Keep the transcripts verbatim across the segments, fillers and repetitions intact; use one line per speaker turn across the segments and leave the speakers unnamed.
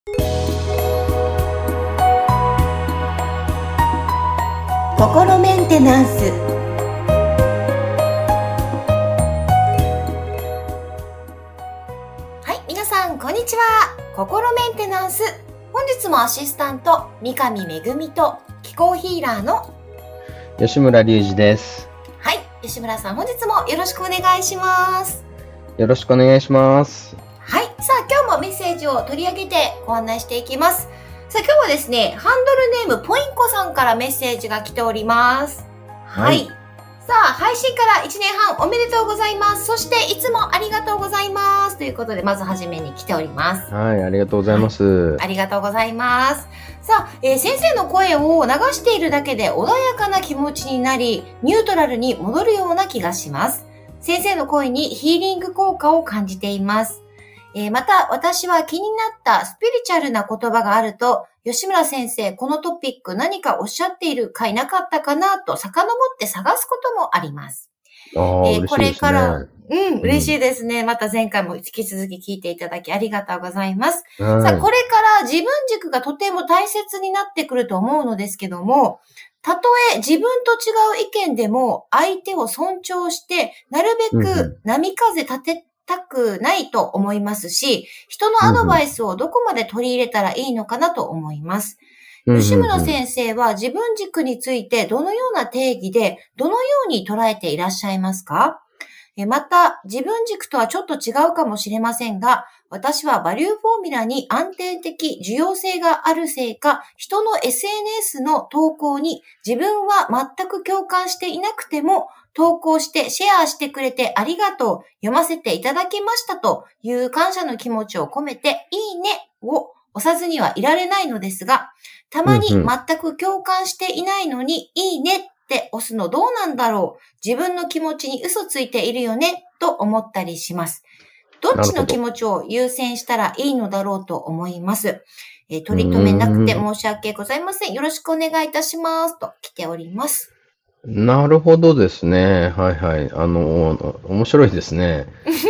心メンテナンス。はい、皆さんこんにちは。心メンテナンス。本日もアシスタント三上恵と気候ヒーラーの
吉村隆二です。
はい、吉村さん本日もよろしくお願いします。
よろしくお願いします。
はい、さあ今日もメッセージを取り上げてご案内していきます。さあ今日はですね、ハンドルネームポインコさんからメッセージが来ております。はい。はい、さあ配信からいちねんはんおめでとうございます。そしていつもありがとうございますということで、まずはじめに来ております。
はい、ありがとうございます。はい、
ありがとうございます。さあ、えー、先生の声を流しているだけで穏やかな気持ちになり、ニュートラルに戻るような気がします。先生の声にヒーリング効果を感じています。えー、また、私は気になったスピリチュアルな言葉があると、吉村先生、このトピック何かおっしゃっているかいなかったかなと遡って探すこともあります。
あえー、これから、
うん、嬉しいですね。また前回も引き続き聞いていただきありがとうございます。はい、さあ、これから自分軸がとても大切になってくると思うのですけども、たとえ自分と違う意見でも相手を尊重して、なるべく波風立てたくないと思いますし、人のアドバイスをどこまで取り入れたらいいのかなと思います。うんうんうん、吉村先生は自分軸についてどのような定義でどのように捉えていらっしゃいますか？また、自分軸とはちょっと違うかもしれませんが、私はバリューフォーミュラに安定的重要性があるせいか、人の エスエヌエス の投稿に自分は全く共感していなくても、投稿してシェアしてくれてありがとう、読ませていただきましたという感謝の気持ちを込めて、いいねを押さずにはいられないのですが、たまに全く共感していないのに、いいねって押すのどうなんだろう。自分の気持ちに嘘ついているよねと思ったりします。どっちの気持ちを優先したらいいのだろうと思います。えー、取り留めなくて申し訳ございません。よろしくお願いいたしますと来ております。
なるほどですね。はいはい。あの、面白いですね。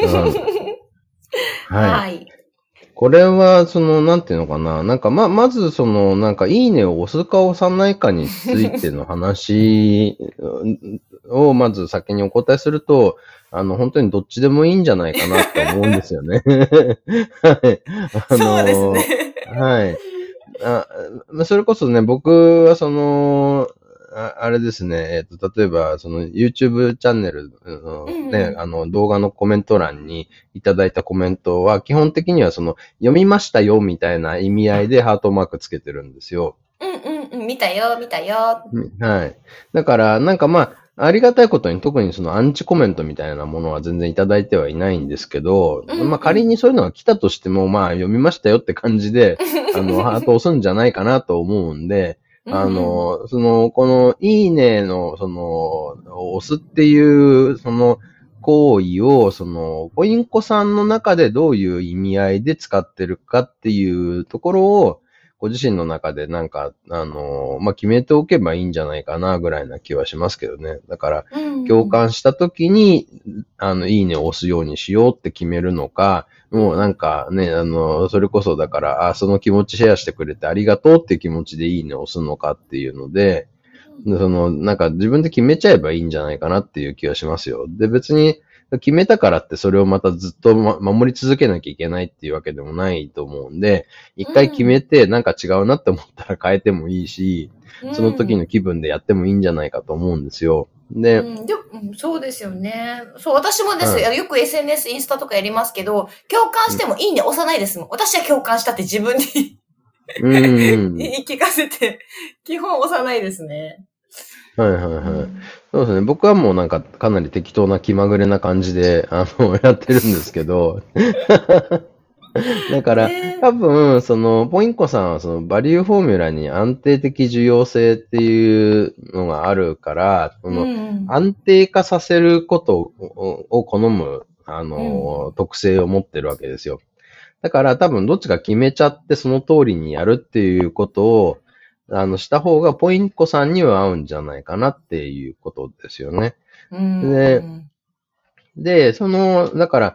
はい。はいこれは、その、なんていうのかな。なんか、ま、まず、その、なんか、いいねを押すか押さないかについての話を、まず先にお答えすると、あの、本当にどっちでもいいんじゃないかなって思うんですよね。はい。
あのそうですね。
はい。あ、それこそね、僕はその、あ, あれですね、えっ、ー、と、例えば、その YouTube チャンネルのね、うん、あの動画のコメント欄にいただいたコメントは、基本的にはその、読みましたよみたいな意味合いでハートマークつけてるんですよ。
うんうんうん、見たよ、見たよ。
はい。だから、なんかまあ、ありがたいことに特にそのアンチコメントみたいなものは全然いただいてはいないんですけど、うんうん、まあ仮にそういうのが来たとしても、まあ読みましたよって感じで、あの、ハート押すんじゃないかなと思うんで、あの、うんうん、その、この、いいねの、その、押すっていう、その、行為を、その、ポインコさんの中でどういう意味合いで使ってるかっていうところを、ご自身の中でなんか、あの、まあ、決めておけばいいんじゃないかな、ぐらいな気はしますけどね。だから、うんうん、共感したときに、あの、いいねを押すようにしようって決めるのか、もうなんかね、あの、それこそだから、あ、その気持ちシェアしてくれてありがとうっていう気持ちでいいねを押すのかっていうので、その、なんか自分で決めちゃえばいいんじゃないかなっていう気はしますよ。で、別に決めたからってそれをまたずっと、ま、守り続けなきゃいけないっていうわけでもないと思うんで、一回決めてなんか違うなって思ったら変えてもいいし、その時の気分でやってもいいんじゃないかと思うんですよ。で、
うん、でも、うん、そうですよね。そう、私もです、はい、よく エスエヌエス、インスタとかやりますけど、共感してもいいね押さないですもん。私は共感したって自分にうん言い聞かせて、基本押さないですね。
はいはいはい。うん、そうですね。僕はもうなんかかなり適当な気まぐれな感じで、あの、やってるんですけど、だから、えー、多分、その、ポインコさんは、その、バリューフォーミュラに安定的重要性っていうのがあるから、その、うん、安定化させることをを好む、あの、うん、特性を持ってるわけですよ。だから、多分、どっちか決めちゃって、その通りにやるっていうことを、あの、した方が、ポインコさんには合うんじゃないかなっていうことですよね。うん、で、で、その、だから、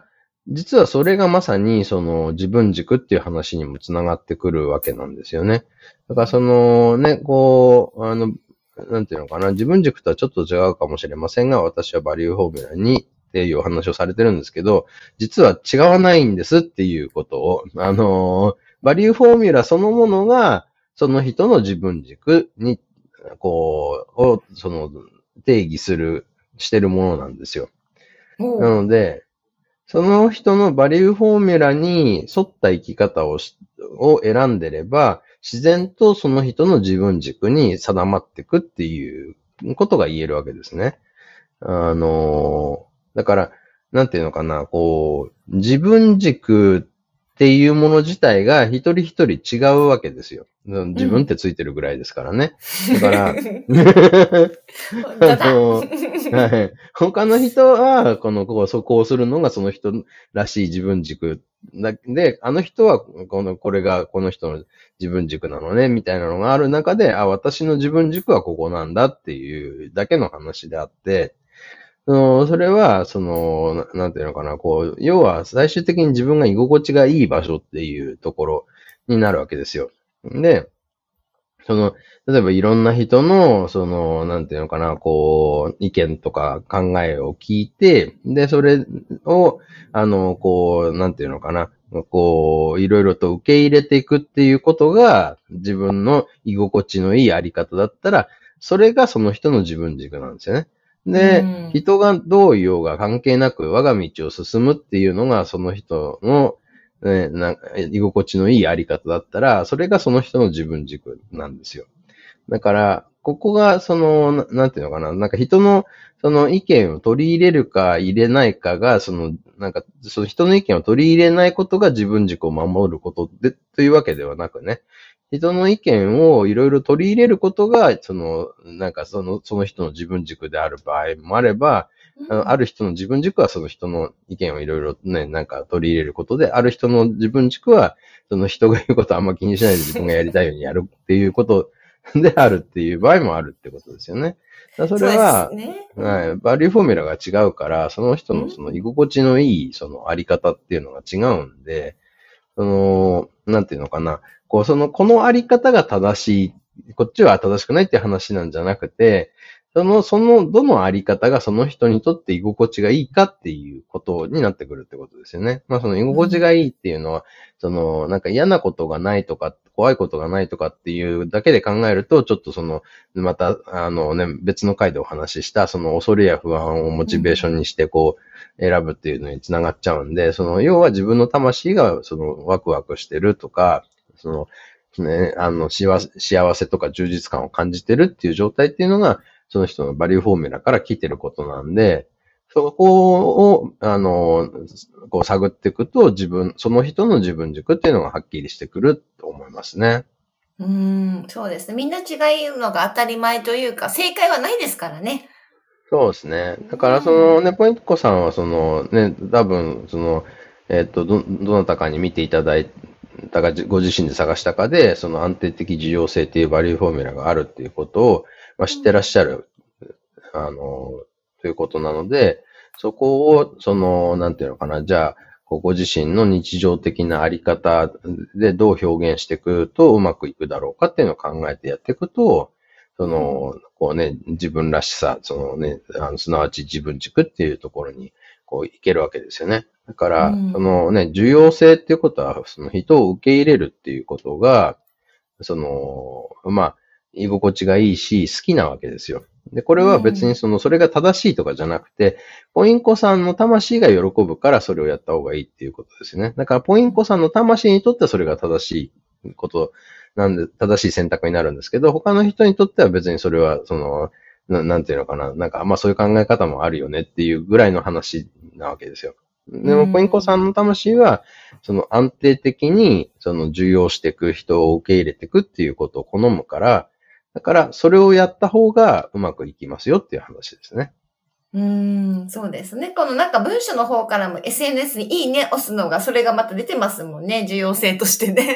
実はそれがまさにその自分軸っていう話にもつながってくるわけなんですよね。だからそのね、こう、あの、なんていうのかな、自分軸とはちょっと違うかもしれませんが、私はバリューフォーミュラにっていうお話をされてるんですけど、実は違わないんですっていうことを、あの、バリューフォーミュラそのものが、その人の自分軸に、こう、を、その、定義する、してるものなんですよ。なので、その人のバリューフォーミュラに沿った生き方をし、を選んでれば、自然とその人の自分軸に定まっていくっていうことが言えるわけですね。あの、だから、なんていうのかな、こう、自分軸っていうもの自体が一人一人違うわけですよ。自分ってついてるぐらいですからね。だから、あの、はい。他の人は、この、こう、そこをするのがその人らしい自分軸だで、あの人は、この、これがこの人の自分軸なのね、みたいなのがある中で、あ、私の自分軸はここなんだっていうだけの話であって、その、それは、その、ななんていうのかな、こう、要は最終的に自分が居心地がいい場所っていうところになるわけですよ。で、その、例えばいろんな人の、その、なんていうのかな、こう、意見とか考えを聞いて、で、それを、あの、こう、なんていうのかな、こう、いろいろと受け入れていくっていうことが、自分の居心地のいいあり方だったら、それがその人の自分軸なんですよね。で、人がどう言おうが関係なく我が道を進むっていうのがその人の、ね、な居心地のいいあり方だったら、それがその人の自分軸なんですよ。だから、ここが、そのな、なんていうのかな、なんか人の、その意見を取り入れるか入れないかが、その、なんか、その人の意見を取り入れないことが自分軸を守ることで、というわけではなくね、人の意見をいろいろ取り入れることが、その、なんかその、その人の自分軸である場合もあれば、あの、ある人の自分軸はその人の意見をいろいろね、なんか取り入れることで、ある人の自分軸は、その人が言うことをあんま気にしないで自分がやりたいようにやるっていうことであるっていう場合もあるってことですよね。だそれは、ね、はい、バリューフォーミュラが違うから、その人のその居心地のいいそのあり方っていうのが違うんで、その、なんていうのかな、こう、その、このあり方が正しい、こっちは正しくないっていう話なんじゃなくて、その、その、どのあり方がその人にとって居心地がいいかっていうことになってくるってことですよね。まあその居心地がいいっていうのは、うん、その、なんか嫌なことがないとか、怖いことがないとかっていうだけで考えると、ちょっとその、また、あのね、別の回でお話しした、その恐れや不安をモチベーションにして、こう、選ぶっていうのにつながっちゃうんで、その、要は自分の魂が、その、ワクワクしてるとか、その、ね、あの、幸せ、幸せとか充実感を感じてるっていう状態っていうのが、その人のバリューフォーミュラから来てることなんで、そこを、あの、こう探っていくと、自分、その人の自分軸っていうのがはっきりしてくると思いますね。
うーん、そうですね。みんな違うのが当たり前というか、正解はないですからね。
そうですね。だから、そのね、ポイントコさんは、そのね、多分、その、えっと、ど、どなたかに見ていただいたか、ご自身で探したかで、その安定的需要性っていうバリューフォーミュラがあるっていうことを、まあ、知ってらっしゃる、うん、あの、ということなので、そこを、その、なんていうのかな、じゃあ、ご自身の日常的なあり方でどう表現していくとうまくいくだろうかっていうのを考えてやっていくと、その、こうね、自分らしさ、そのね、あの、すなわち自分軸っていうところに、こう、いけるわけですよね。だから、うん、そのね、重要性っていうことは、その人を受け入れるっていうことが、その、まあ、居心地がいいし、好きなわけですよ。で、これは別にその、それが正しいとかじゃなくて、ポインコさんの魂が喜ぶからそれをやった方がいいっていうことですね。だから、ポインコさんの魂にとってはそれが正しいことなんで、正しい選択になるんですけど、他の人にとっては別にそれは、その、ななんていうのかな。なんか、まあそういう考え方もあるよねっていうぐらいの話なわけですよ。でも、ポインコさんの魂は、その安定的に、その受容していく人を受け入れていくっていうことを好むから、だから、それをやった方がうまくいきますよっていう話ですね。
うーん、そうですね。このなんか文章の方からも エスエヌエス にいいね押すのが、それがまた出てますもんね。重要性としてね。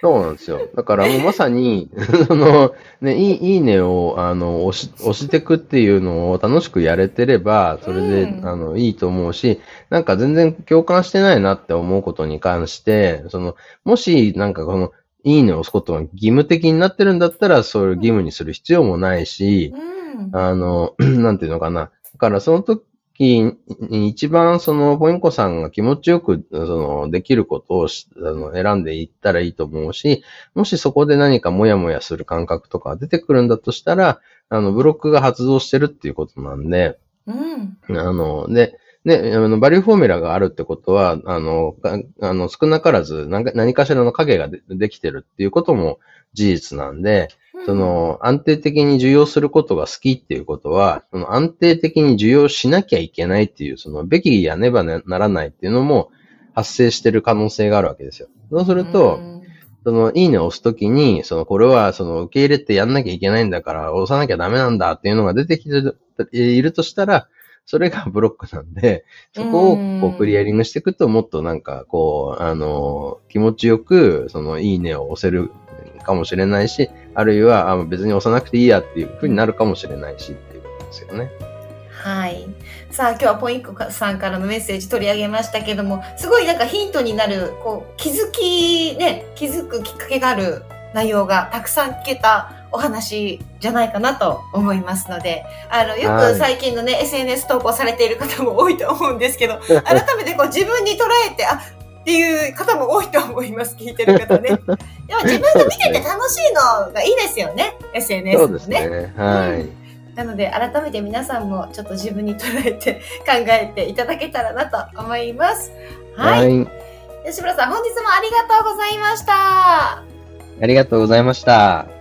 そうなんですよ。だからもうまさに、その、ね、いい、いいねを、あの、押し、押してくっていうのを楽しくやれてれば、それで、
うん
あの、いいと思うし、なんか全然共感してないなって思うことに関して、その、もし、なんかこの、いいねを押すことが義務的になってるんだったら、そういう義務にする必要もないし、
うん
あの、なんていうのかな。だからその時に一番そのポインコさんが気持ちよく、その、できることをしあの選んでいったらいいと思うし、もしそこで何かモヤモヤする感覚とか出てくるんだとしたら、あの、ブロックが発動してるっていうことなんで、
うん
あの、で、ね、あの、バリューフォーミュラがあるってことは、あの、かあの少なからず何か何かしらの影がでできてるっていうことも事実なんで、その、安定的に受容することが好きっていうことは、その安定的に受容しなきゃいけないっていう、その、べきやねばならないっていうのも発生してる可能性があるわけですよ。そうすると、
うん
その、いいねを押すときに、その、これは、その、受け入れてやんなきゃいけないんだから、押さなきゃダメなんだっていうのが出てきているとしたら、それがブロックなんで、そこをこうクリアリングしていくと、もっとなんか、こう、あの、気持ちよく、その、いいねを押せるかもしれないし、あるいは、あ別に押さなくていいやっていう風になるかもしれないしっていうことですよね。
はい。さあ、今日はポインコさんからのメッセージ取り上げましたけども、すごいなんかヒントになる、こう、気づき、ね、気づくきっかけがある内容がたくさん聞けたお話じゃないかなと思いますので、あの、よく最近のね、エスエヌエス 投稿されている方も多いと思うんですけど、改めてこう自分に捉えて、あ、っていう方も多いと思います、聞いてる方ね。でも自分が見てて楽しいのがいいですよね、エスエヌエス もね。
そうですね。はい。
うんなので、改めて皆さんもちょっと自分に捉えて考えていただけたらなと思います。はい。はい、吉村さん、本日もありがとうございました。
ありがとうございました。